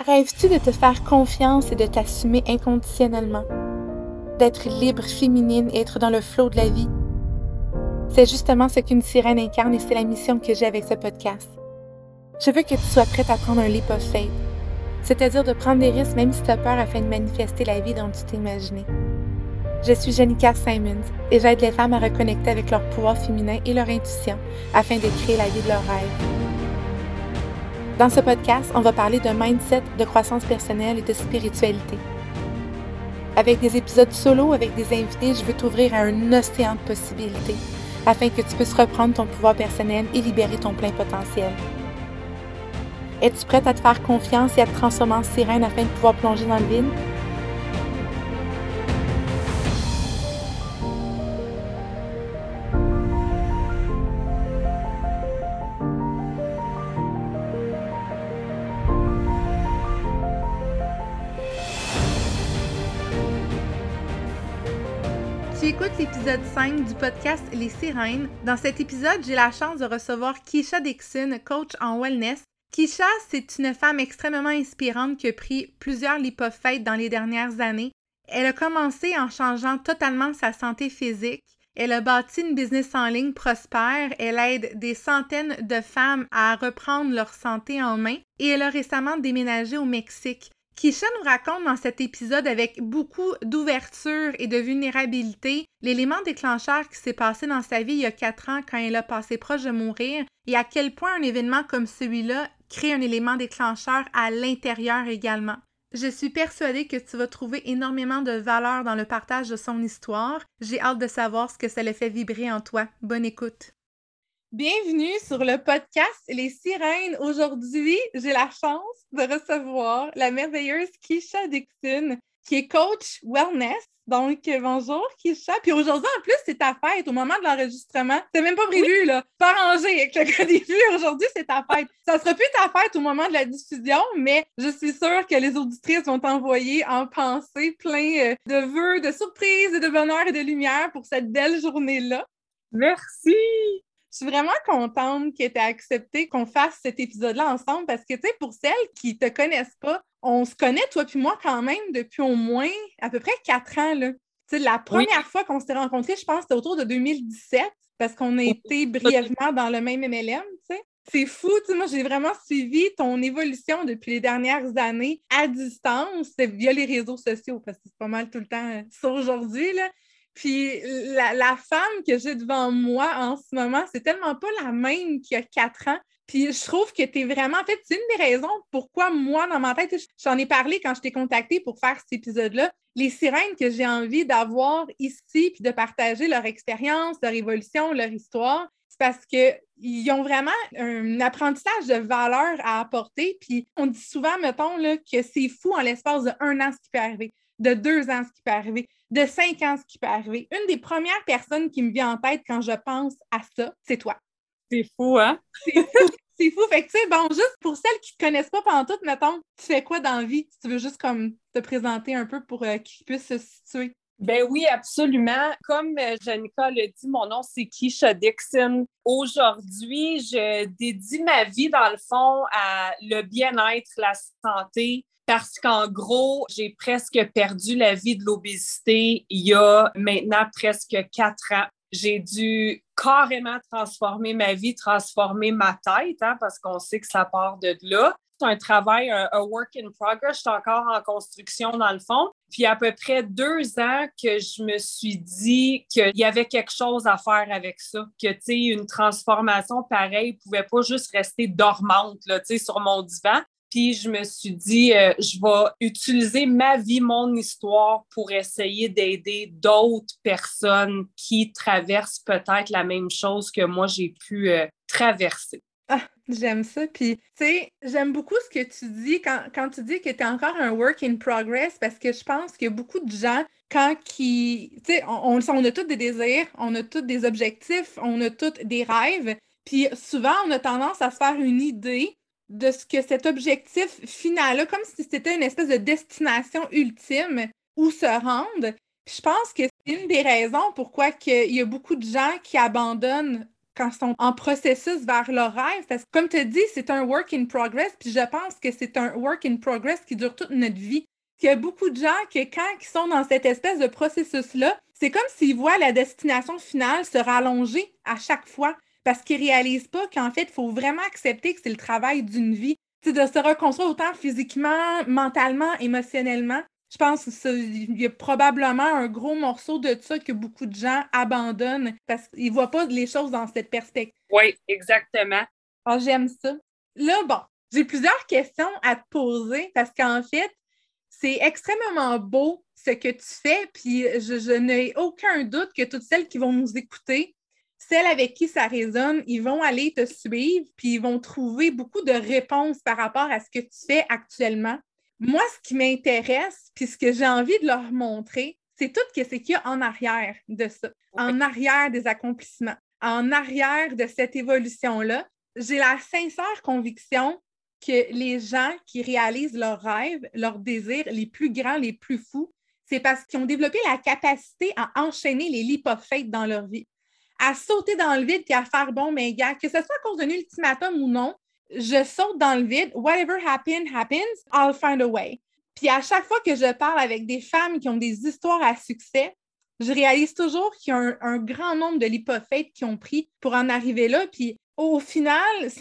Rêves-tu de te faire confiance et de t'assumer inconditionnellement? D'être libre, féminine et être dans le flot de la vie? C'est justement ce qu'une sirène incarne et c'est la mission que j'ai avec ce podcast. Je veux que tu sois prête à prendre un leap of faith, c'est-à-dire de prendre des risques même si tu as peur afin de manifester la vie dont tu t'es imaginé. Je suis Jenica Simons et j'aide les femmes à reconnecter avec leur pouvoir féminin et leur intuition afin de créer la vie de leurs rêves. Dans ce podcast, on va parler de mindset, de croissance personnelle et de spiritualité. Avec des épisodes solo, avec des invités, je veux t'ouvrir à un océan de possibilités afin que tu puisses reprendre ton pouvoir personnel et libérer ton plein potentiel. Es-tu prête à te faire confiance et à te transformer en sirène afin de pouvoir plonger dans le vide? Tu écoutes l'épisode 5 du podcast Les Sirènes. Dans cet épisode, j'ai la chance de recevoir Keisha Dixon, coach en wellness. Keisha, c'est une femme extrêmement inspirante qui a pris plusieurs leap of faith dans les dernières années. Elle a commencé en changeant totalement sa santé physique. Elle a bâti une business en ligne prospère. Elle aide des centaines de femmes à reprendre leur santé en main. Et elle a récemment déménagé au Mexique. Keisha nous raconte dans cet épisode avec beaucoup d'ouverture et de vulnérabilité l'élément déclencheur qui s'est passé dans sa vie il y a 4 ans quand elle a passé proche de mourir et à quel point un événement comme celui-là crée un élément déclencheur à l'intérieur également. Je suis persuadée que tu vas trouver énormément de valeur dans le partage de son histoire. J'ai hâte de savoir ce que ça le fait vibrer en toi. Bonne écoute! Bienvenue sur le podcast Les Sirènes. Aujourd'hui, j'ai la chance de recevoir la merveilleuse Keisha Dixon, qui est coach wellness. Donc, bonjour Keisha. Puis aujourd'hui, en plus, c'est ta fête au moment de l'enregistrement. C'était même pas prévu, là. Pas arrangé avec le début. Aujourd'hui, c'est ta fête. Ça sera plus ta fête au moment de la diffusion, mais je suis sûre que les auditrices vont t'envoyer en pensée plein de vœux, de surprises, et de bonheur et de lumière pour cette belle journée-là. Merci! Je suis vraiment contente que tu aies accepté qu'on fasse cet épisode-là ensemble parce que, tu sais, pour celles qui te connaissent pas, on se connaît, toi puis moi, quand même, depuis au moins à peu près 4 ans, là. Tu sais, la première fois qu'on s'est rencontrés, je pense, c'était autour de 2017 parce qu'on a été brièvement dans le même MLM, tu sais. C'est fou, tu sais, moi, j'ai vraiment suivi ton évolution depuis les dernières années à distance via les réseaux sociaux parce que c'est pas mal tout le temps ça aujourd'hui, là. Puis la femme que j'ai devant moi en ce moment, c'est tellement pas la même qu'il y a 4 ans. Puis je trouve que tu es vraiment... En fait, c'est une des raisons pourquoi moi, dans ma tête, j'en ai parlé quand je t'ai contactée pour faire cet épisode-là. Les sirènes que j'ai envie d'avoir ici, puis de partager leur expérience, leur évolution, leur histoire, c'est parce qu'ils ont vraiment un apprentissage de valeur à apporter. Puis on dit souvent, mettons, là, que c'est fou en l'espace de 1 an ce qui peut arriver, de 2 ans ce qui peut arriver, de 5 ans ce qui peut arriver. Une des premières personnes qui me vient en tête quand je pense à ça, c'est toi. C'est fou, hein? C'est fou. C'est fou. Fait que, tu sais, bon, juste pour celles qui ne te connaissent pas pantoute, mettons, tu fais quoi dans la vie? Si tu veux juste comme te présenter un peu pour qu'ils puissent se situer. Ben oui, absolument. Comme Jenica l'a dit, mon nom, c'est Keisha Dixon. Aujourd'hui, je dédie ma vie, dans le fond, à le bien-être, la santé, parce qu'en gros, j'ai presque perdu la vie de l'obésité il y a maintenant presque 4 ans. J'ai dû carrément transformer ma vie, transformer ma tête, hein, parce qu'on sait que ça part de là. C'est un travail, un work in progress. Je suis encore en construction dans le fond. Puis à peu près 2 ans que je me suis dit qu'il y avait quelque chose à faire avec ça, que tu sais, une transformation pareille ne pouvait pas juste rester dormante là, tu sais, sur mon divan. Puis je me suis dit, je vais utiliser ma vie, mon histoire pour essayer d'aider d'autres personnes qui traversent peut-être la même chose que moi, j'ai pu traverser. Ah, j'aime ça. Puis, tu sais, j'aime beaucoup ce que tu dis quand tu dis que tu es encore un work in progress parce que je pense qu'il y a beaucoup de gens, tu sais, on a tous des désirs, on a tous des objectifs, on a tous des rêves. Puis souvent, on a tendance à se faire une idée de ce que cet objectif final-là, comme si c'était une espèce de destination ultime où se rendre. Puis je pense que c'est une des raisons pourquoi il y a beaucoup de gens qui abandonnent quand ils sont en processus vers leur rêve. Parce que, comme tu as dit, c'est un work in progress, puis je pense que c'est un work in progress qui dure toute notre vie. Il y a beaucoup de gens que quand ils sont dans cette espèce de processus-là, c'est comme s'ils voient la destination finale se rallonger à chaque fois parce qu'ils ne réalisent pas qu'en fait, il faut vraiment accepter que c'est le travail d'une vie. Tu sais, de se reconstruire autant physiquement, mentalement, émotionnellement. Je pense qu'il y a probablement un gros morceau de ça que beaucoup de gens abandonnent parce qu'ils ne voient pas les choses dans cette perspective. Oui, exactement. Ah, j'aime ça. Là, bon, j'ai plusieurs questions à te poser parce qu'en fait, c'est extrêmement beau ce que tu fais, puis je n'ai aucun doute que toutes celles qui vont nous écouter, celles avec qui ça résonne, ils vont aller te suivre, puis ils vont trouver beaucoup de réponses par rapport à ce que tu fais actuellement. Moi, ce qui m'intéresse, puis ce que j'ai envie de leur montrer, c'est tout ce qu'il y a en arrière de ça, en arrière des accomplissements, en arrière de cette évolution-là. J'ai la sincère conviction que les gens qui réalisent leurs rêves, leurs désirs les plus grands, les plus fous, c'est parce qu'ils ont développé la capacité à enchaîner les leap of faith dans leur vie, à sauter dans le vide et à faire bon, mais gars, que ce soit à cause d'un ultimatum ou non, je saute dans le vide, whatever happens, I'll find a way. Puis à chaque fois que je parle avec des femmes qui ont des histoires à succès, je réalise toujours qu'il y a un grand nombre de leap of faith qui ont pris pour en arriver là. Puis au final,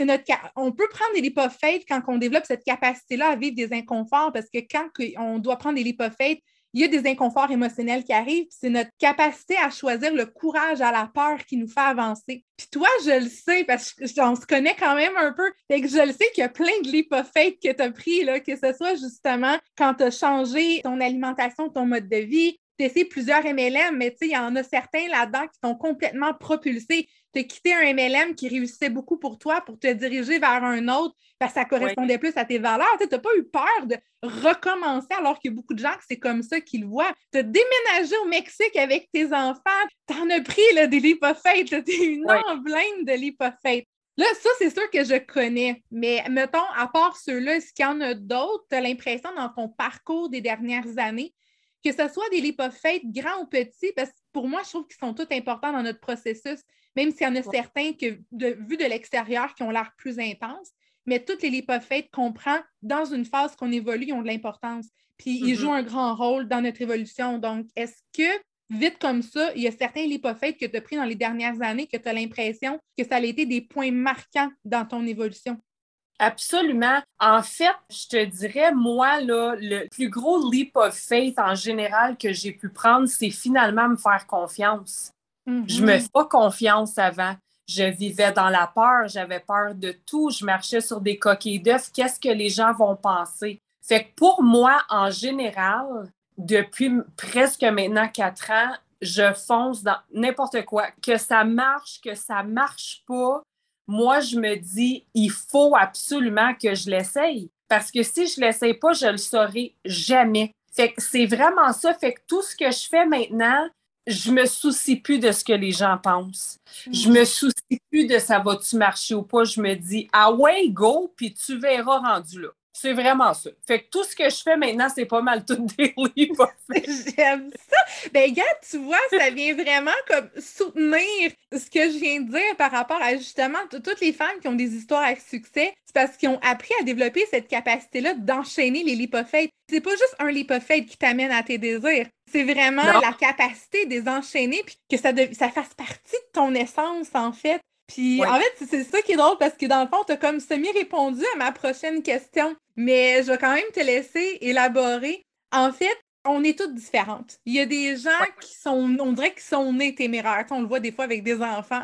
on peut prendre des leap of faith quand on développe cette capacité-là à vivre des inconforts parce que quand on doit prendre des leap of faith, il y a des inconforts émotionnels qui arrivent, puis c'est notre capacité à choisir le courage à la peur qui nous fait avancer. Puis toi, je le sais, parce qu'on se connaît quand même un peu, fait que je le sais qu'il y a plein de leap of faith que tu as pris, là, que ce soit justement quand tu as changé ton alimentation, ton mode de vie, tu essaies plusieurs MLM, mais tu sais, il y en a certains là-dedans qui t'ont complètement propulsé. Tu as quitté un MLM qui réussissait beaucoup pour toi pour te diriger vers un autre parce que ça correspondait plus à tes valeurs. Tu n'as pas eu peur de recommencer alors qu'il y a beaucoup de gens que c'est comme ça qu'ils le voient. Tu as déménagé au Mexique avec tes enfants. Tu en as pris là, des leap of faith. Tu es une emblème de leap of faith. Là, ça, c'est sûr que je connais. Mais mettons, à part ceux-là, est-ce qu'il y en a d'autres? Tu as l'impression dans ton parcours des dernières années que ce soit des leap of faith grands ou petits, parce que pour moi, je trouve qu'ils sont tous importants dans notre processus, même s'il y en a certains que, vu de l'extérieur, qui ont l'air plus intenses, mais toutes les leap of faith qu'on prend dans une phase qu'on évolue, ils ont de l'importance. Puis ils jouent un grand rôle dans notre évolution. Donc, est-ce que, vite comme ça, il y a certains leap of faith que tu as pris dans les dernières années que tu as l'impression que ça a été des points marquants dans ton évolution? Absolument. En fait, je te dirais, moi, là, le plus gros leap of faith en général que j'ai pu prendre, c'est finalement me faire confiance. Je me fais pas confiance avant. Je vivais dans la peur, j'avais peur de tout, je marchais sur des coquilles d'œufs. Qu'est-ce que les gens vont penser? Fait que pour moi, en général, depuis presque maintenant 4 ans, je fonce dans n'importe quoi. Que ça marche pas, moi, je me dis, il faut absolument que je l'essaye. Parce que si je ne l'essaye pas, je ne le saurai jamais. Fait que c'est vraiment ça. Fait que tout ce que je fais maintenant, je me soucie plus de ce que les gens pensent. Je me soucie plus de ça va-tu marcher ou pas. Je me dis, ah ouais, go, puis tu verras rendu là. C'est vraiment ça. Fait que tout ce que je fais maintenant, c'est pas mal tout des livres. J'aime ça. Ben, gars, tu vois, ça vient vraiment comme soutenir ce que je viens de dire par rapport à justement toutes les femmes qui ont des histoires à succès. C'est parce qu'ils ont appris à développer cette capacité-là d'enchaîner les leap of faith. C'est pas juste un leap of faith qui t'amène à tes désirs. C'est vraiment la capacité de les enchaîner puis que ça fasse partie de ton essence, en fait. Puis, en fait, c'est ça qui est drôle parce que dans le fond, tu as comme semi-répondu à ma prochaine question, mais je vais quand même te laisser élaborer. En fait, on est toutes différentes. Il y a des gens qui sont, on dirait qu'ils sont nés téméraires. On le voit des fois avec des enfants.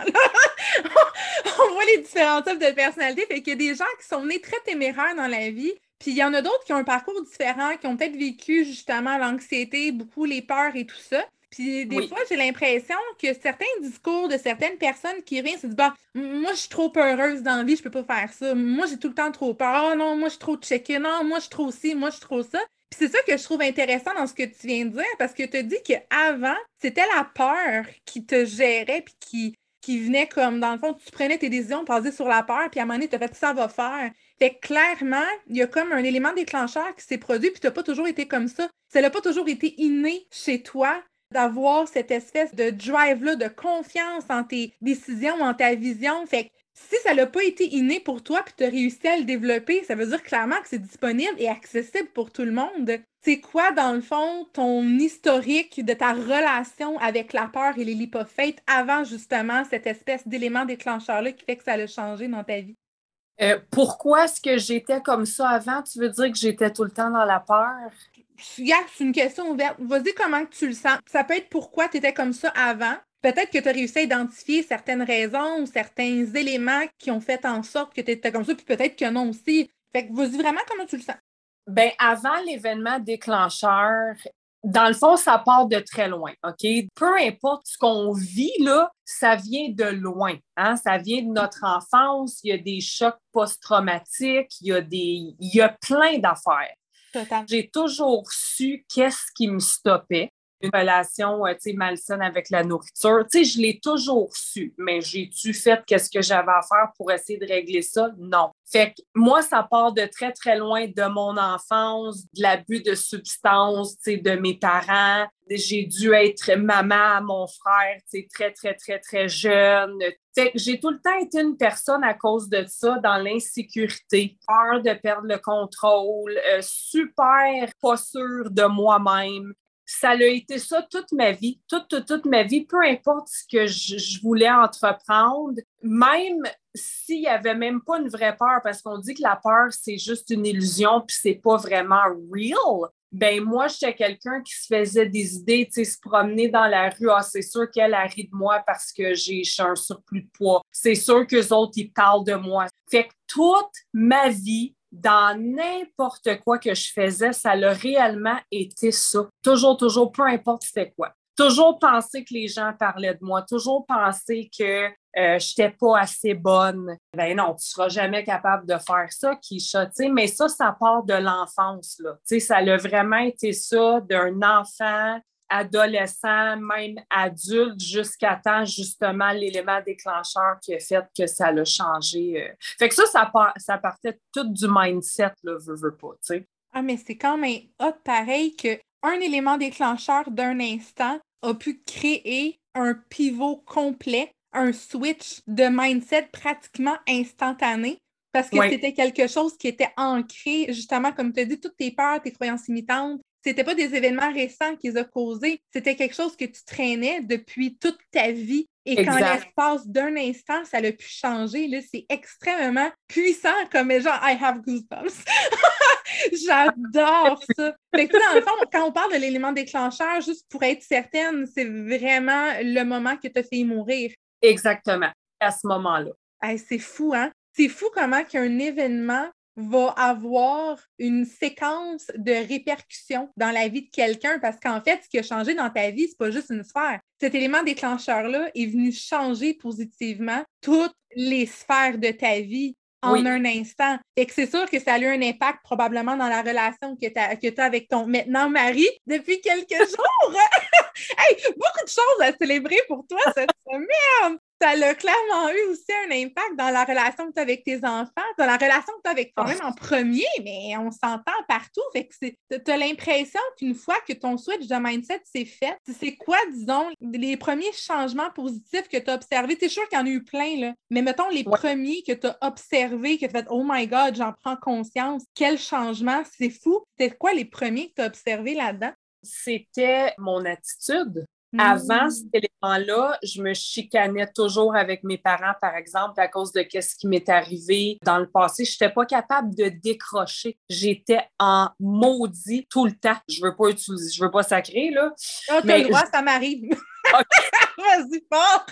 On voit les différents types de personnalités. Fait qu'il y a des gens qui sont nés très téméraires dans la vie. Puis il y en a d'autres qui ont un parcours différent, qui ont peut-être vécu justement l'anxiété, beaucoup les peurs et tout ça. Puis des fois, j'ai l'impression que certains discours de certaines personnes qui viennent se disent bah, moi, je suis trop peureuse dans la vie, je peux pas faire ça. Moi, j'ai tout le temps trop peur. Oh non, moi, je suis trop checkée. Non, moi, je suis trop ci, moi, je suis trop ça. Puis c'est ça que je trouve intéressant dans ce que tu viens de dire, parce que tu as dit qu'avant, c'était la peur qui te gérait, puis qui venait comme, dans le fond, tu prenais tes décisions basées sur la peur, puis à un moment donné, tu as fait ça va faire. Fait que clairement, il y a comme un élément déclencheur qui s'est produit, puis tu n'as pas toujours été comme ça. Ça n'a pas toujours été inné chez toi. d'avoir cette espèce de drive-là, de confiance en tes décisions, en ta vision. Fait que si ça n'a pas été inné pour toi puis tu as réussi à le développer, ça veut dire clairement que c'est disponible et accessible pour tout le monde. C'est quoi, dans le fond, ton historique de ta relation avec la peur et les leap of faith avant, justement, cette espèce d'élément déclencheur-là qui fait que ça l'a changé dans ta vie? Pourquoi est-ce que j'étais comme ça avant? Tu veux dire que j'étais tout le temps dans la peur? Yeah, c'est une question ouverte. Vas-y, comment que tu le sens? Ça peut être pourquoi tu étais comme ça avant. Peut-être que tu as réussi à identifier certaines raisons ou certains éléments qui ont fait en sorte que tu étais comme ça, puis peut-être que non aussi. Fait que vas-y vraiment comment tu le sens. Ben, avant l'événement déclencheur, dans le fond, ça part de très loin, OK? Peu importe ce qu'on vit, là, ça vient de loin, hein? Ça vient de notre enfance, il y a des chocs post-traumatiques, il y a plein d'affaires. Total. J'ai toujours su qu'est-ce qui me stoppait. Une relation malsaine avec la nourriture. Je l'ai toujours su, mais j'ai-tu fait qu'est-ce que j'avais à faire pour essayer de régler ça? Non. Fait que moi, ça part de très, très loin de mon enfance, de l'abus de substances, de mes parents. J'ai dû être maman à mon frère, très, très, très, très jeune. Fait que j'ai tout le temps été une personne à cause de ça, dans l'insécurité, peur de perdre le contrôle, super pas sûre de moi-même. Ça a été ça toute ma vie, toute ma vie, peu importe ce que je voulais entreprendre, même s'il n'y avait même pas une vraie peur, parce qu'on dit que la peur, c'est juste une illusion, puis c'est pas vraiment real. Ben moi, j'étais quelqu'un qui se faisait des idées, se promener dans la rue, ah, c'est sûr qu'elle rit de moi parce que j'ai un surplus de poids. C'est sûr qu'eux autres, ils parlent de moi. Fait que toute ma vie, dans n'importe quoi que je faisais, ça a réellement été ça. Toujours, peu importe c'était quoi. Toujours penser que les gens parlaient de moi, toujours penser que je n'étais pas assez bonne. Ben non, tu ne seras jamais capable de faire ça, Keisha. Mais ça part de l'enfance. Là. Ça a vraiment été ça d'un enfant, adolescent, même adulte, jusqu'à temps, justement, l'élément déclencheur qui a fait que ça l'a changé. Fait que ça partait tout du mindset, là, veux pas, tu sais. Ah, mais c'est quand même hot pareil qu'un élément déclencheur d'un instant a pu créer un pivot complet, un switch de mindset pratiquement instantané parce que c'était quelque chose qui était ancré, justement, comme tu as dit, toutes tes peurs, tes croyances limitantes. C'était pas des événements récents qui les ont causés, c'était quelque chose que tu traînais depuis toute ta vie. Et qu'en l'espace d'un instant, ça a pu changer, là, c'est extrêmement puissant comme genre I have goosebumps. J'adore ça. Fait que, dans le fond, quand on parle de l'élément déclencheur, juste pour être certaine, c'est vraiment le moment que tu as fait mourir. Exactement, à ce moment-là. Hey, c'est fou, hein? C'est fou comment qu'un événement va avoir une séquence de répercussions dans la vie de quelqu'un parce qu'en fait, ce qui a changé dans ta vie, c'est pas juste une sphère. Cet élément déclencheur-là est venu changer positivement toutes les sphères de ta vie en un instant. Et que c'est sûr que ça a eu un impact probablement dans la relation que tu as avec ton maintenant mari depuis quelques jours. Hey, beaucoup de choses à célébrer pour toi cette semaine! Ça a clairement eu aussi un impact dans la relation que tu as avec tes enfants, dans la relation que tu as avec toi-même en premier, mais on s'entend partout. Fait que tu as l'impression qu'une fois que ton switch de mindset s'est fait, c'est quoi, disons, les premiers changements positifs que tu as observés? C'est sûr qu'il y en a eu plein, là, mais mettons les premiers que tu as observés, que tu as fait « Oh my God, j'en prends conscience. Quel changement! C'est fou! » C'était quoi les premiers que tu as observés là-dedans? C'était mon attitude. Avant cet élément-là, je me chicanais toujours avec mes parents, par exemple, à cause de ce qui m'est arrivé dans le passé. Je n'étais pas capable de décrocher. J'étais en maudit tout le temps. Je veux pas sacrer, là. Ah, t'as le droit, ça m'arrive. Vas-y, fort!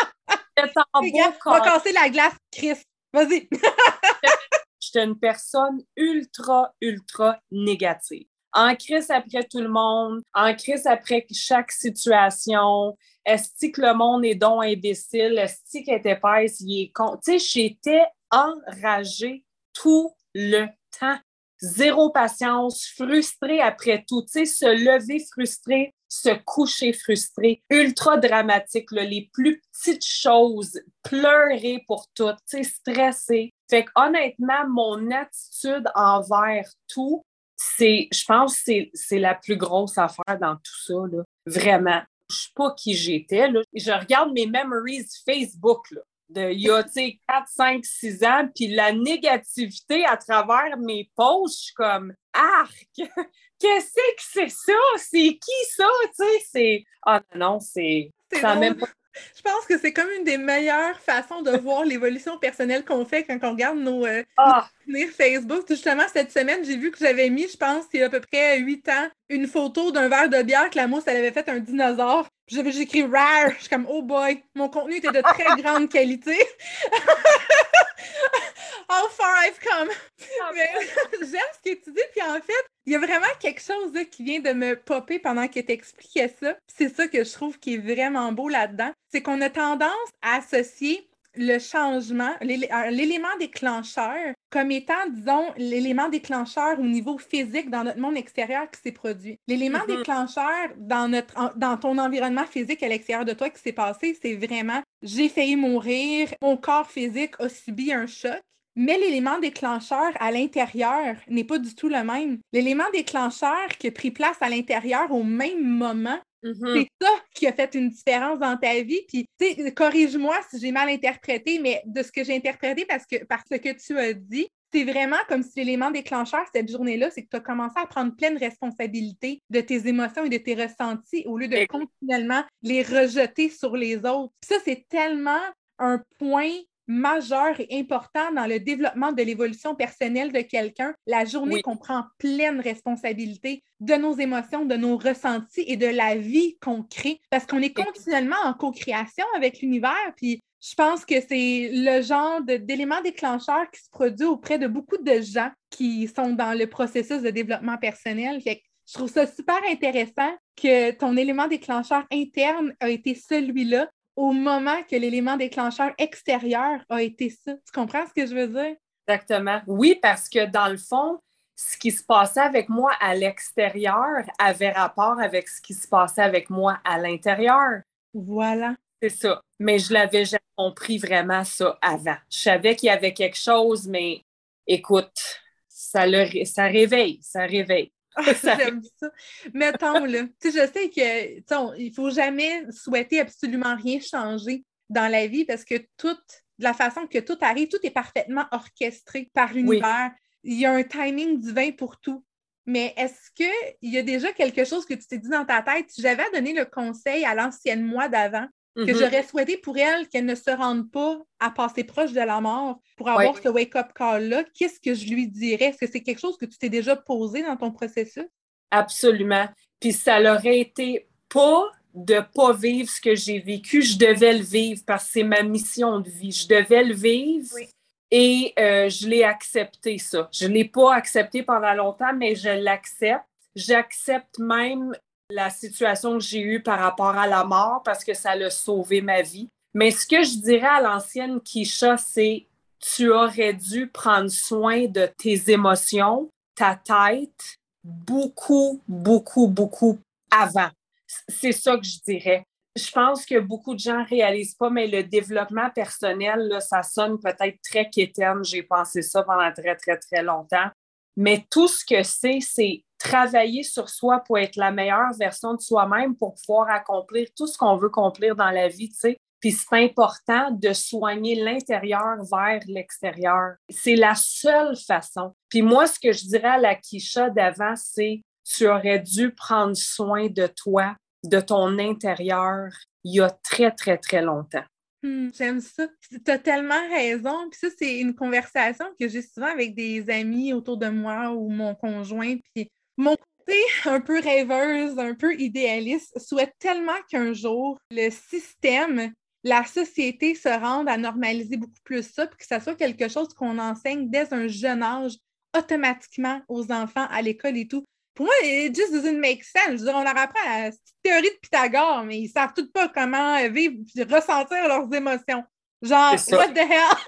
On va casser la glace, Chris. Vas-y. J'étais une personne ultra, ultra négative. En crise après tout le monde, en crise après chaque situation. Est-ce que le monde est donc imbécile? Est-ce qu'elle est épaisse? Il est con. Tu sais, j'étais enragée tout le temps. Zéro patience, frustrée après tout. Tu sais, se lever frustré, se coucher frustré, ultra dramatique, là, les plus petites choses, pleurer pour tout, tu sais, stressée. Fait que honnêtement, mon attitude envers tout, je pense que c'est la plus grosse affaire dans tout ça, là. Vraiment. sais pas qui j'étais, là. Je regarde mes memories Facebook, là, il y a, 4, 5, 6 ans, puis la négativité à travers mes posts, je suis comme « Arc! Qu'est-ce que c'est ça? C'est qui ça? » Tu sais, c'est... Ah non, c'est... Ça même pas... Je pense que c'est comme une des meilleures façons de voir l'évolution personnelle qu'on fait quand on regarde nos souvenirs Facebook. Justement, cette semaine, j'ai vu que j'avais mis, je pense, il y a à peu près 8 ans, une photo d'un verre de bière que la mousse, elle avait fait un dinosaure. Puis j'ai écrit « Rare ». Je suis comme « Oh boy ». Mon contenu était de très grande qualité. How far I've come! Mais j'aime ce que tu dis, puis en fait, il y a vraiment quelque chose là, qui vient de me popper pendant que tu expliquais ça. C'est ça que je trouve qui est vraiment beau là-dedans. C'est qu'on a tendance à associer le changement, l'élément déclencheur, comme étant, disons, l'élément déclencheur au niveau physique dans notre monde extérieur qui s'est produit. L'élément déclencheur dans ton environnement physique à l'extérieur de toi qui s'est passé, c'est vraiment « j'ai failli mourir, mon corps physique a subi un choc ». Mais l'élément déclencheur à l'intérieur n'est pas du tout le même. L'élément déclencheur qui a pris place à l'intérieur au même moment, c'est ça qui a fait une différence dans ta vie. Puis, tu sais, corrige-moi si j'ai mal interprété, mais de ce que j'ai interprété parce que tu as dit, c'est vraiment comme si l'élément déclencheur cette journée-là, c'est que tu as commencé à prendre pleine responsabilité de tes émotions et de tes ressentis au lieu de continuellement les rejeter sur les autres. Puis ça, c'est tellement un point majeur et important dans le développement de l'évolution personnelle de quelqu'un, la journée qu'on prend pleine responsabilité de nos émotions, de nos ressentis et de la vie qu'on crée, parce qu'on est continuellement en co-création avec l'univers, puis je pense que c'est le genre d'élément déclencheur qui se produit auprès de beaucoup de gens qui sont dans le processus de développement personnel. Fait que je trouve ça super intéressant que ton élément déclencheur interne a été celui-là au moment que l'élément déclencheur extérieur a été ça. Tu comprends ce que je veux dire? Exactement. Oui, parce que dans le fond, ce qui se passait avec moi à l'extérieur avait rapport avec ce qui se passait avec moi à l'intérieur. Voilà. C'est ça. Mais je l'avais jamais compris vraiment ça avant. Je savais qu'il y avait quelque chose, mais écoute, ça réveille, ça réveille. J'aime ça. Mettons, là, tu sais, je sais que, il faut jamais souhaiter absolument rien changer dans la vie parce que de la façon que tout arrive, tout est parfaitement orchestré par l'univers. Oui. Il y a un timing divin pour tout. Mais est-ce qu'il y a déjà quelque chose que tu t'es dit dans ta tête? Si j'avais donné le conseil à l'ancienne moi d'avant, que j'aurais souhaité pour elle qu'elle ne se rende pas à passer proche de la mort pour avoir ce wake-up call-là, qu'est-ce que je lui dirais? Est-ce que c'est quelque chose que tu t'es déjà posé dans ton processus? Absolument. Puis ça l'aurait été pas de pas vivre ce que j'ai vécu, je devais le vivre parce que c'est ma mission de vie. Je devais le vivre et je l'ai accepté, ça. Je ne l'ai pas accepté pendant longtemps, mais je l'accepte. J'accepte même la situation que j'ai eue par rapport à la mort parce que ça l'a sauvé ma vie. Mais ce que je dirais à l'ancienne Keisha, c'est tu aurais dû prendre soin de tes émotions, ta tête, beaucoup, beaucoup, beaucoup avant. C'est ça que je dirais. Je pense que beaucoup de gens ne réalisent pas, mais le développement personnel, là, ça sonne peut-être très quétaine. J'ai pensé ça pendant très, très, très longtemps. Mais tout ce que c'est travailler sur soi pour être la meilleure version de soi-même pour pouvoir accomplir tout ce qu'on veut accomplir dans la vie, tu sais. Puis c'est important de soigner l'intérieur vers l'extérieur. C'est la seule façon. Puis moi, ce que je dirais à la Keisha d'avant, c'est tu aurais dû prendre soin de toi, de ton intérieur, il y a très, très, très longtemps. J'aime ça. Tu as tellement raison. Puis ça, c'est une conversation que j'ai souvent avec des amis autour de moi ou mon conjoint. Puis mon côté un peu rêveuse, un peu idéaliste, souhaite tellement qu'un jour, le système, la société se rende à normaliser beaucoup plus ça, puis que ça soit quelque chose qu'on enseigne dès un jeune âge automatiquement aux enfants à l'école et tout. Pour moi, it just doesn't make sense. Je veux dire, on leur apprend la théorie de Pythagore, mais ils savent tout pas comment vivre et ressentir leurs émotions. Genre, what the hell?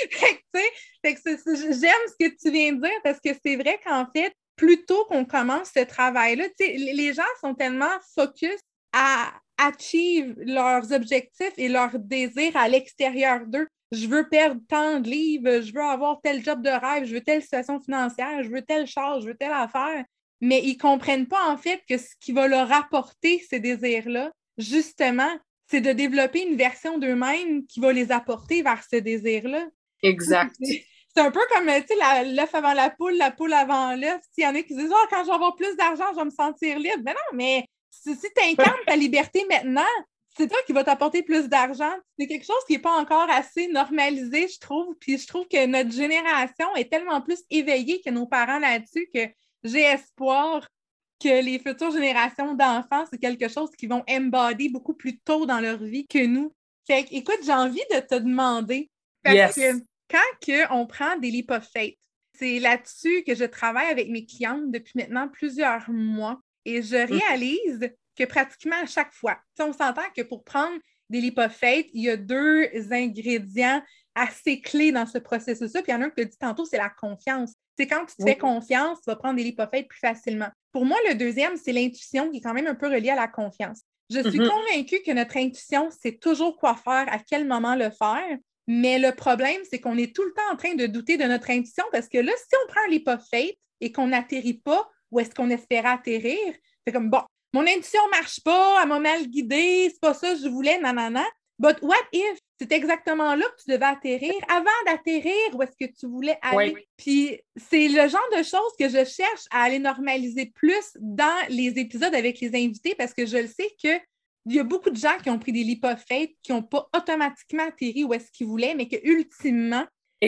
Fait que j'aime ce que tu viens de dire parce que c'est vrai qu'en fait, plus tôt qu'on commence ce travail-là, les gens sont tellement focus à achieve leurs objectifs et leurs désirs à l'extérieur d'eux. Je veux perdre tant de livres, je veux avoir tel job de rêve, je veux telle situation financière, je veux tel char, je veux telle affaire. Mais ils ne comprennent pas, en fait, que ce qui va leur apporter ces désirs-là justement, c'est de développer une version d'eux-mêmes qui va les apporter vers ce désir-là. Exact. C'est un peu comme, tu sais, l'œuf avant la poule avant l'œuf. S'il y en a qui disent, quand je vais avoir plus d'argent, je vais me sentir libre. Mais non, mais si tu incarnes ta liberté maintenant, c'est toi qui vas t'apporter plus d'argent. C'est quelque chose qui n'est pas encore assez normalisé, je trouve. Puis je trouve que notre génération est tellement plus éveillée que nos parents là-dessus que j'ai espoir que les futures générations d'enfants, c'est quelque chose qu'ils vont embody beaucoup plus tôt dans leur vie que nous. Fait que, écoute, j'ai envie de te demander, parce que quand on prend des leap of faith, c'est là-dessus que je travaille avec mes clientes depuis maintenant plusieurs mois et je réalise que pratiquement à chaque fois, on s'entend que pour prendre des leap of faith, il y a 2 ingrédients assez clés dans ce processus-là. Puis il y en a un que tu as dit tantôt, c'est la confiance. C'est quand tu te fais confiance, tu vas prendre des leap of faith plus facilement. Pour moi, le deuxième, c'est l'intuition qui est quand même un peu reliée à la confiance. Je suis convaincue que notre intuition sait toujours quoi faire, à quel moment le faire. Mais le problème, c'est qu'on est tout le temps en train de douter de notre intuition parce que là, si on prend un leap of faith et qu'on n'atterrit pas où est-ce qu'on espérait atterrir, c'est comme, bon, mon intuition ne marche pas, elle m'a mal guidée, c'est pas ça que je voulais, nanana. But what if? C'est exactement là que tu devais atterrir. Avant d'atterrir, où est-ce que tu voulais aller? Oui. Puis c'est le genre de choses que je cherche à aller normaliser plus dans les épisodes avec les invités parce que je le sais que il y a beaucoup de gens qui ont pris des leap of faith qui n'ont pas automatiquement atterri où est-ce qu'ils voulaient, mais que ultimement,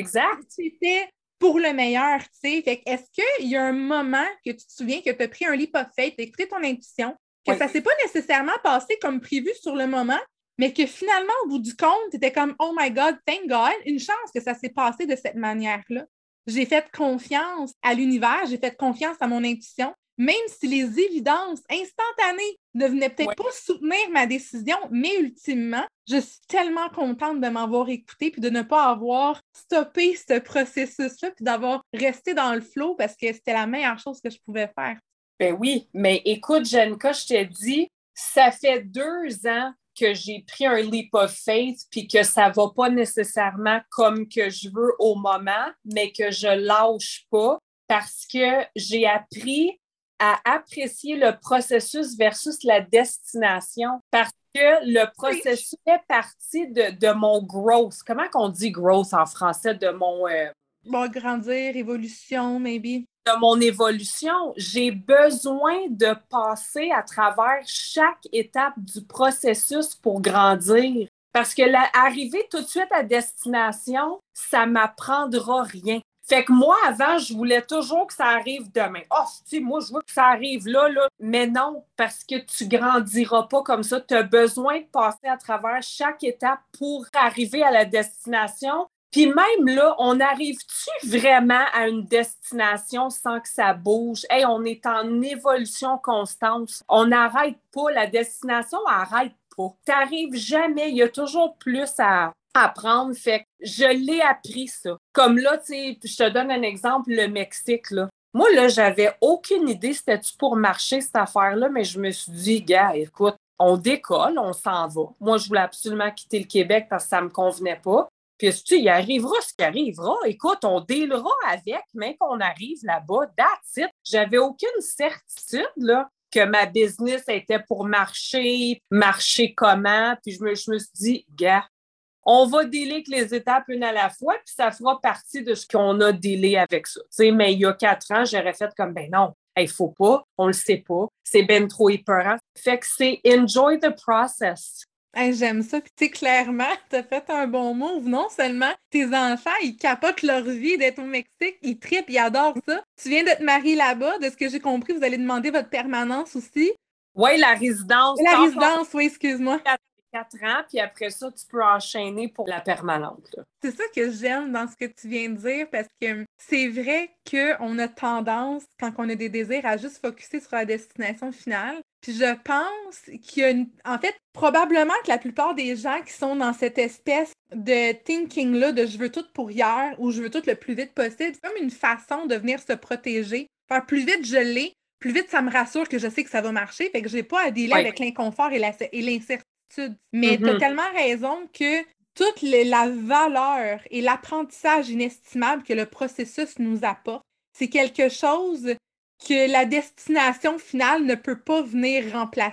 c'était pour le meilleur, tu sais. Fait que est-ce qu'il y a un moment que tu te souviens que tu as pris un leap of faith, tu as écouté ton intuition, que ça ne s'est pas nécessairement passé comme prévu sur le moment, mais que finalement, au bout du compte, tu étais comme « Oh my God, thank God! » Une chance que ça s'est passé de cette manière-là. J'ai fait confiance à l'univers, j'ai fait confiance à mon intuition, même si les évidences instantanées ne venaient peut-être pas soutenir ma décision, mais ultimement, je suis tellement contente de m'avoir écoutée puis de ne pas avoir stoppé ce processus-là puis d'avoir resté dans le flow parce que c'était la meilleure chose que je pouvais faire. Ben oui, mais écoute, Janica, je te dis, ça fait 2 ans que j'ai pris un leap of faith puis que ça va pas nécessairement comme que je veux au moment, mais que je lâche pas parce que j'ai appris à apprécier le processus versus la destination parce que le processus fait partie de mon growth. Comment qu'on dit growth en français? De mon... Bon, grandir, évolution, maybe. De mon évolution, j'ai besoin de passer à travers chaque étape du processus pour grandir. Parce que arriver tout de suite à destination, ça ne m'apprendra rien. Fait que moi, avant, je voulais toujours que ça arrive demain. Oh, tu sais, moi, je veux que ça arrive là. Mais non, parce que tu grandiras pas comme ça. Tu as besoin de passer à travers chaque étape pour arriver à la destination. Puis même là, on arrive-tu vraiment à une destination sans que ça bouge? Hey, on est en évolution constante. On n'arrête pas. La destination n'arrête pas. T'arrives jamais. Il y a toujours plus à apprendre. Fait que je l'ai appris, ça. Comme là, tu sais, je te donne un exemple, le Mexique, là. Moi, là, j'avais aucune idée c'était-tu pour marcher, cette affaire-là, mais je me suis dit, gars, écoute, on décolle, on s'en va. Moi, je voulais absolument quitter le Québec parce que ça ne me convenait pas. Puis, tu sais, il arrivera ce qui arrivera. Écoute, on dealera avec, mais qu'on arrive là-bas, that's it. J'avais aucune certitude, là, que ma business était pour marcher comment. Puis, je me suis dit, gars, on va dealer avec les étapes une à la fois, puis ça fera partie de ce qu'on a dealé avec ça. Tu sais, mais il y a 4 ans, j'aurais fait comme, ben non, il faut pas, on le sait pas, c'est ben trop épeurant. Fait que c'est enjoy the process. Hey, j'aime ça. Puis, tu sais, clairement, t'as fait un bon move. Non seulement tes enfants, ils capotent leur vie d'être au Mexique, ils trippent, ils adorent ça. Tu viens de te marier là-bas. De ce que j'ai compris, vous allez demander votre permanence aussi. Oui, la résidence. La résidence, oui, excuse-moi. 4 ans, puis après ça, tu peux enchaîner pour la permanente. C'est ça que j'aime dans ce que tu viens de dire, parce que c'est vrai qu'on a tendance, quand on a des désirs, à juste focusser sur la destination finale. Puis je pense qu'il y a, en fait, probablement que la plupart des gens qui sont dans cette espèce de thinking-là de « je veux tout pour hier » ou « je veux tout le plus vite possible », c'est comme une façon de venir se protéger. Faire plus vite, je l'ai, plus vite, ça me rassure que je sais que ça va marcher, fait que j'ai pas à dealer avec l'inconfort et l'incertitude. Mais tu as tellement raison que toute la valeur et l'apprentissage inestimable que le processus nous apporte, c'est quelque chose que la destination finale ne peut pas venir remplacer.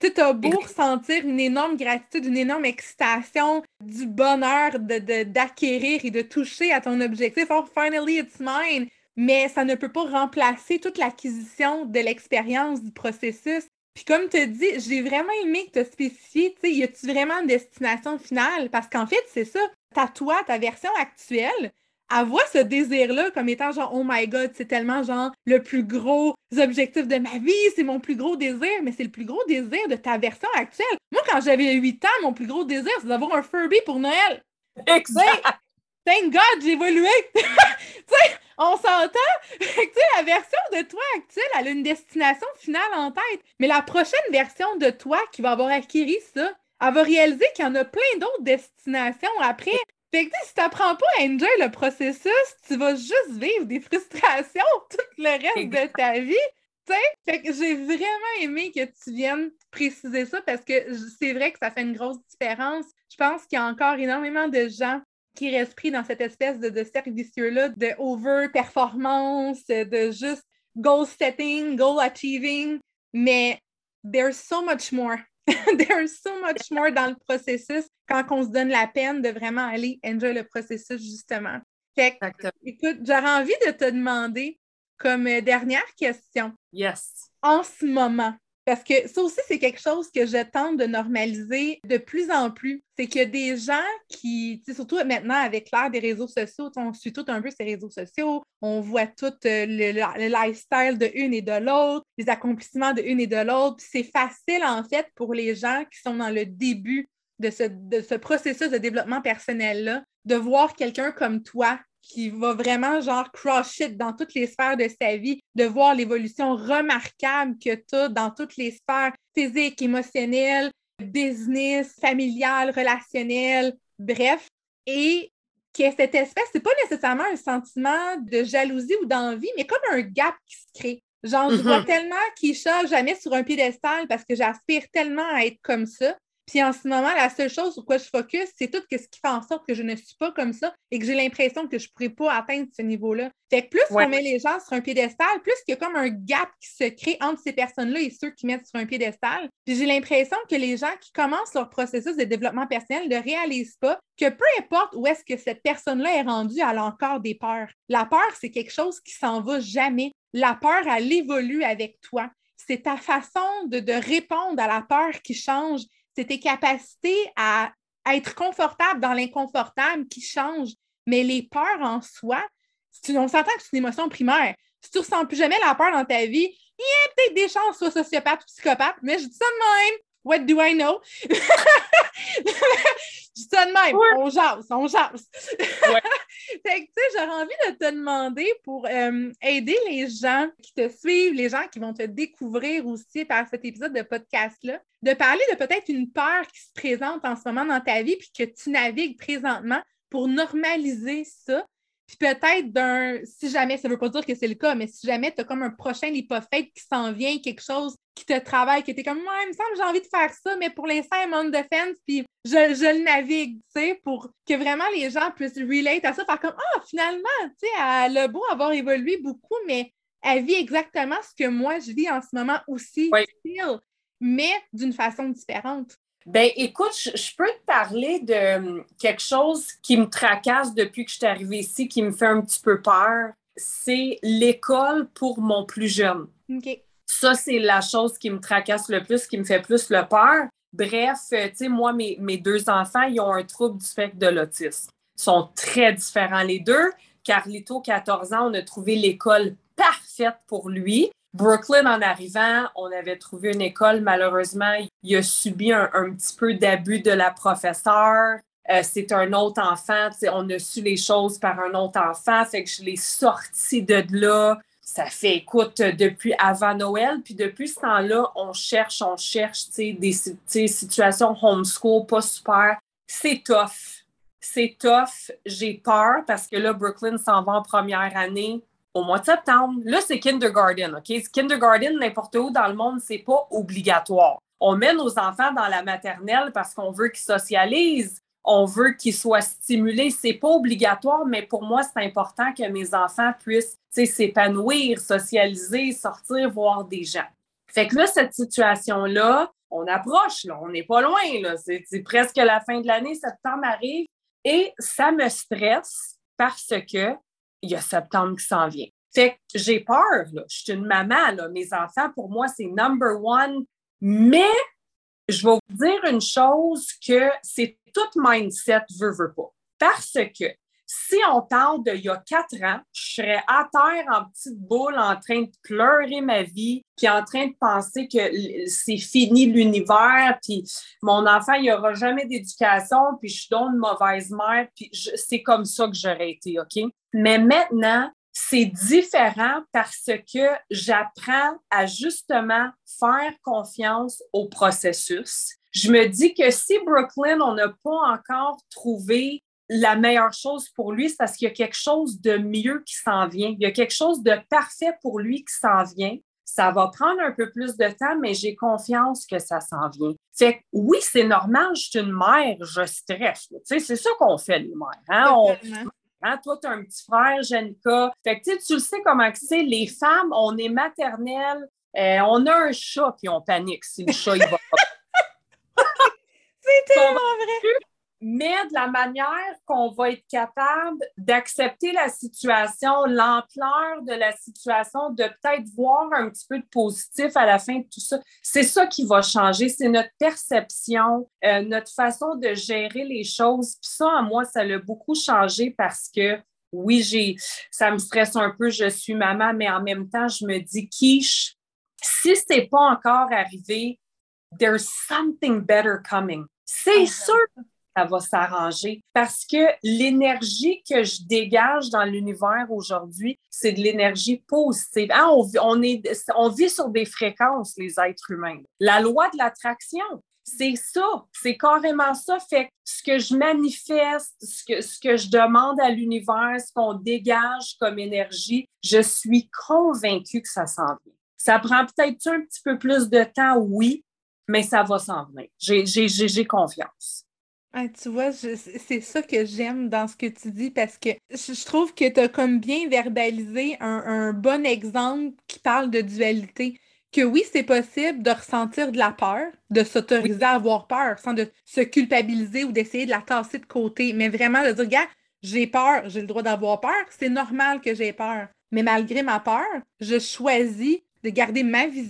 Tu as beau ressentir une énorme gratitude, une énorme excitation, du bonheur d'acquérir et de toucher à ton objectif. Oh, finally, it's mine! Mais ça ne peut pas remplacer toute l'acquisition de l'expérience du processus. Puis comme tu as dit, j'ai vraiment aimé que tu as spécifié, tu sais, y a-tu vraiment une destination finale? Parce qu'en fait, c'est ça. Toi, ta version actuelle, elle voit ce désir-là comme étant genre, oh my God, c'est tellement genre le plus gros objectif de ma vie, c'est mon plus gros désir, mais c'est le plus gros désir de ta version actuelle. Moi, quand j'avais 8 ans, mon plus gros désir, c'est d'avoir un Furby pour Noël. Exact! Thank God, j'ai évolué! Tu sais, on s'entend? Tu sais, la version de toi actuelle, elle a une destination finale en tête. Mais la prochaine version de toi qui va avoir acquis ça, elle va réaliser qu'il y en a plein d'autres destinations après. Fait que si tu n'apprends pas à enjoy le processus, tu vas juste vivre des frustrations tout le reste de ta vie. T'sais? Fait que j'ai vraiment aimé que tu viennes préciser ça parce que c'est vrai que ça fait une grosse différence. Je pense qu'il y a encore énormément de gens qui restent pris dans cette espèce de cercle vicieux-là de over-performance, de juste goal setting, goal achieving, mais there's so much more. There's so much more dans le processus quand on se donne la peine de vraiment aller enjoy le processus, justement. Fait que, écoute, j'aurais envie de te demander, comme dernière question, Yes. en ce moment, parce que ça aussi, c'est quelque chose que je tente de normaliser de plus en plus. C'est qu'il y a des gens qui, surtout maintenant avec l'ère des réseaux sociaux, on suit tout un peu ces réseaux sociaux, on voit tout le lifestyle de une et de l'autre, les accomplissements de une et de l'autre. Puis c'est facile, en fait, pour les gens qui sont dans le début de ce processus de développement personnel-là, de voir quelqu'un comme toi qui va vraiment genre crush it dans toutes les sphères de sa vie, de voir l'évolution remarquable que tu as dans toutes les sphères physiques, émotionnelles, business, familiales, relationnelles, bref. Et que cette espèce, c'est pas nécessairement un sentiment de jalousie ou d'envie, mais comme un gap qui se crée. Genre, je vois tellement Keisha jamais sur un piédestal parce que j'aspire tellement à être comme ça. Puis en ce moment, la seule chose sur quoi je focus, c'est tout ce qui fait en sorte que je ne suis pas comme ça et que j'ai l'impression que je ne pourrais pas atteindre ce niveau-là. Fait que plus on met les gens sur un piédestal, plus il y a comme un gap qui se crée entre ces personnes-là et ceux qui mettent sur un piédestal. Puis j'ai l'impression que les gens qui commencent leur processus de développement personnel ne réalisent pas que peu importe où est-ce que cette personne-là est rendue, elle a encore des peurs. La peur, c'est quelque chose qui s'en va jamais. La peur, elle évolue avec toi. C'est ta façon de répondre à la peur qui change. C'est tes capacités à être confortable dans l'inconfortable qui changent. Mais les peurs en soi, on s'entend que c'est une émotion primaire. Si tu ne ressens plus jamais la peur dans ta vie, il y a peut-être des chances que tu sois sociopathe ou psychopathe, mais je dis ça de même. What do I know? Je dis ça de même. Ouais. On jase. Ouais. Fait que, tu sais, j'aurais envie de te demander pour aider les gens qui te suivent, les gens qui vont te découvrir aussi par cet épisode de podcast-là, de parler de peut-être une peur qui se présente en ce moment dans ta vie puis que tu navigues présentement pour normaliser ça. Puis peut-être si jamais, ça ne veut pas dire que c'est le cas, mais si jamais tu as comme un prochain hypothèse qui s'en vient, quelque chose qui te travaille, que tu es comme, il me semble que j'ai envie de faire ça, mais pour l'instant, I'm on the fence, puis je le navigue, tu sais, pour que vraiment les gens puissent relate à ça, faire comme, finalement, tu sais, elle a beau avoir évolué beaucoup, mais elle vit exactement ce que moi, je vis en ce moment aussi, still, mais d'une façon différente. Ben, écoute, je peux te parler de quelque chose qui me tracasse depuis que je suis arrivée ici, qui me fait un petit peu peur. C'est l'école pour mon plus jeune. OK. Ça, c'est la chose qui me tracasse le plus, qui me fait plus le peur. Bref, tu sais, moi, mes 2 enfants, ils ont un trouble du spectre de l'autisme. Ils sont très différents, les deux. Carlito, 14 ans, on a trouvé l'école parfaite pour lui. Brooklyn, en arrivant, on avait trouvé une école. Malheureusement, il a subi un petit peu d'abus de la professeure. C'est un autre enfant. On a su les choses par un autre enfant. Fait que je l'ai sorti de là. Ça fait, écoute, depuis avant Noël. Puis depuis ce temps-là, on cherche, des situations homeschool pas super. C'est tough. C'est tough. J'ai peur parce que là, Brooklyn s'en va en première année au mois de septembre. Là, c'est kindergarten, OK? Kindergarten, n'importe où dans le monde, c'est pas obligatoire. On met nos enfants dans la maternelle parce qu'on veut qu'ils socialisent, on veut qu'ils soient stimulés. C'est pas obligatoire, mais pour moi, c'est important que mes enfants puissent s'épanouir, socialiser, sortir, voir des gens. Fait que là, cette situation-là, on approche, là, on n'est pas loin, là. C'est presque la fin de l'année, septembre arrive, et ça me stresse parce que il y a septembre qui s'en vient. Fait que j'ai peur, là. Je suis une maman, là. Mes enfants, pour moi, c'est number one. Mais je vais vous dire une chose que c'est tout mindset, veut pas. Parce que si on parle d'il y a 4 ans, je serais à terre en petite boule en train de pleurer ma vie, puis en train de penser que c'est fini l'univers, puis mon enfant, il n'y aura jamais d'éducation, puis je suis donc une mauvaise mère, puis c'est comme ça que j'aurais été, OK? Mais maintenant, c'est différent parce que j'apprends à justement faire confiance au processus. Je me dis que si Brooklyn, on n'a pas encore trouvé la meilleure chose pour lui, c'est parce qu'il y a quelque chose de mieux qui s'en vient. Il y a quelque chose de parfait pour lui qui s'en vient. Ça va prendre un peu plus de temps, mais j'ai confiance que ça s'en vient. Fait que oui, c'est normal, je suis une mère, je stresse. Tu sais, c'est ça qu'on fait, les mères. Hein? Toi, tu as un petit frère, Jenica. Fait que tu le sais comment c'est. Les femmes, on est maternelles, on a un chat, puis on panique si le chat, il va pas. C'est tellement vrai! Mais de la manière qu'on va être capable d'accepter la situation, l'ampleur de la situation, de peut-être voir un petit peu de positif à la fin de tout ça, c'est ça qui va changer. C'est notre perception, notre façon de gérer les choses. Puis ça, en moi, ça l'a beaucoup changé parce que oui, ça me stresse un peu, je suis maman, mais en même temps, je me dis, quiche, si c'est pas encore arrivé, there's something better coming. C'est sûr ça va s'arranger parce que l'énergie que je dégage dans l'univers aujourd'hui, c'est de l'énergie positive. Hein? On vit sur des fréquences, les êtres humains. La loi de l'attraction, c'est ça, c'est carrément ça. Fait que ce que je manifeste, ce que je demande à l'univers, ce qu'on dégage comme énergie, je suis convaincue que ça s'en vient. Ça prend peut-être un petit peu plus de temps, oui, mais ça va s'en venir. J'ai confiance. Ah, tu vois, c'est ça que j'aime dans ce que tu dis parce que je trouve que tu as comme bien verbalisé un bon exemple qui parle de dualité. Que oui, c'est possible de ressentir de la peur, de s'autoriser à avoir peur sans de se culpabiliser ou d'essayer de la tasser de côté, mais vraiment de dire, gars, j'ai peur, j'ai le droit d'avoir peur, c'est normal que j'ai peur. Mais malgré ma peur, je choisis de garder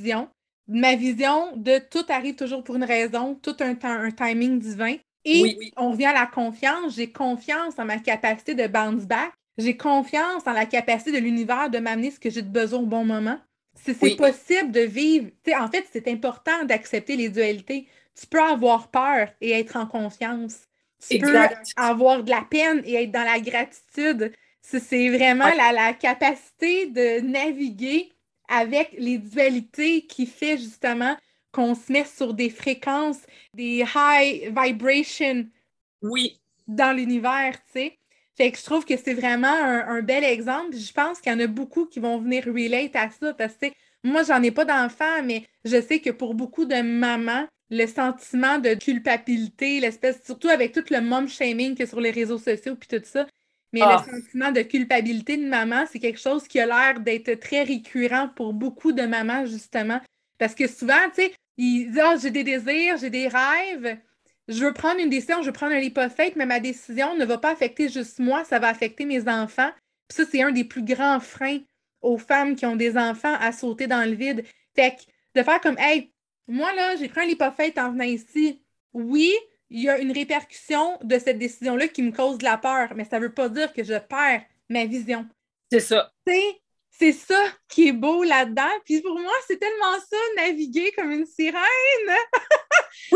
ma vision de tout arrive toujours pour une raison, tout un timing divin. Et on revient à la confiance. J'ai confiance en ma capacité de bounce back. J'ai confiance en la capacité de l'univers de m'amener ce que j'ai de besoin au bon moment. C'est possible de vivre. En fait, c'est important d'accepter les dualités. Tu peux avoir peur et être en confiance. Tu peux avoir de la peine et être dans la gratitude. C'est vraiment la capacité de naviguer avec les dualités qui fait justement qu'on se met sur des fréquences, des high vibrations dans l'univers, tu sais. Fait que je trouve que c'est vraiment un bel exemple. Je pense qu'il y en a beaucoup qui vont venir relate à ça parce que, moi, j'en ai pas d'enfants, mais je sais que pour beaucoup de mamans, le sentiment de culpabilité, surtout avec tout le mom shaming qu'il y a sur les réseaux sociaux puis tout ça, mais le sentiment de culpabilité de maman, c'est quelque chose qui a l'air d'être très récurrent pour beaucoup de mamans, justement. Parce que souvent, tu sais, ils disent, j'ai des désirs, j'ai des rêves, je veux prendre une décision, je veux prendre un leap of faith, mais ma décision ne va pas affecter juste moi, ça va affecter mes enfants. Puis ça, c'est un des plus grands freins aux femmes qui ont des enfants à sauter dans le vide. Fait que de faire comme, hey, moi là, j'ai pris un leap of faith en venant ici. Oui, il y a une répercussion de cette décision-là qui me cause de la peur, mais ça ne veut pas dire que je perds ma vision. C'est ça. C'est ça qui est beau là-dedans. Puis pour moi, c'est tellement ça, naviguer comme une sirène. Oui!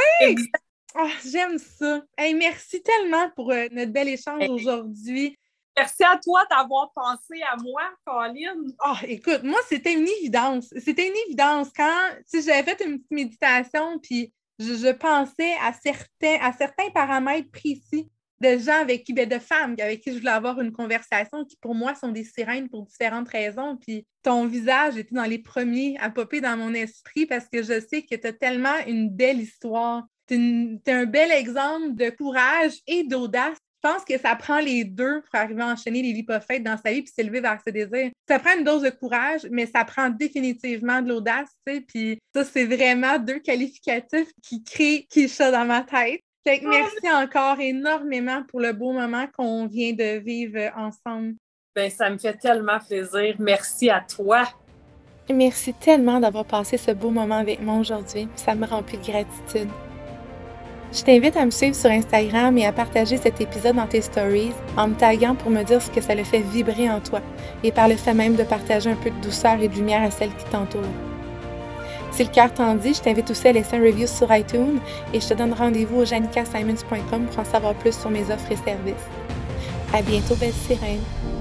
Oh, j'aime ça. Hey, merci tellement pour notre bel échange aujourd'hui. Merci à toi d'avoir pensé à moi, Colline. Oh, écoute, moi, c'était une évidence. C'était une évidence. Quand j'avais fait une petite méditation, puis je pensais à certains paramètres précis de gens de femmes avec qui je voulais avoir une conversation, qui pour moi sont des sirènes pour différentes raisons. Puis ton visage était dans les premiers à popper dans mon esprit parce que je sais que tu as tellement une belle histoire. Tu es un bel exemple de courage et d'audace Je pense que ça prend les deux pour arriver à enchaîner les lipophètes dans sa vie puis s'élever vers ses désirs. Ça prend une dose de courage, mais ça prend définitivement de l'audace, tu sais. Puis ça, c'est vraiment deux qualificatifs qui créent Keisha dans ma tête. Fait que merci encore énormément pour le beau moment qu'on vient de vivre ensemble. Ben, ça me fait tellement plaisir. Merci à toi. Merci tellement d'avoir passé ce beau moment avec moi aujourd'hui. Ça me remplit de gratitude. Je t'invite à me suivre sur Instagram et à partager cet épisode dans tes stories en me taguant pour me dire ce que ça le fait vibrer en toi et par le fait même de partager un peu de douceur et de lumière à celles qui t'entourent. Si le cœur t'en dit, je t'invite aussi à laisser un review sur iTunes et je te donne rendez-vous au janicasimons.com pour en savoir plus sur mes offres et services. À bientôt, belle sirène!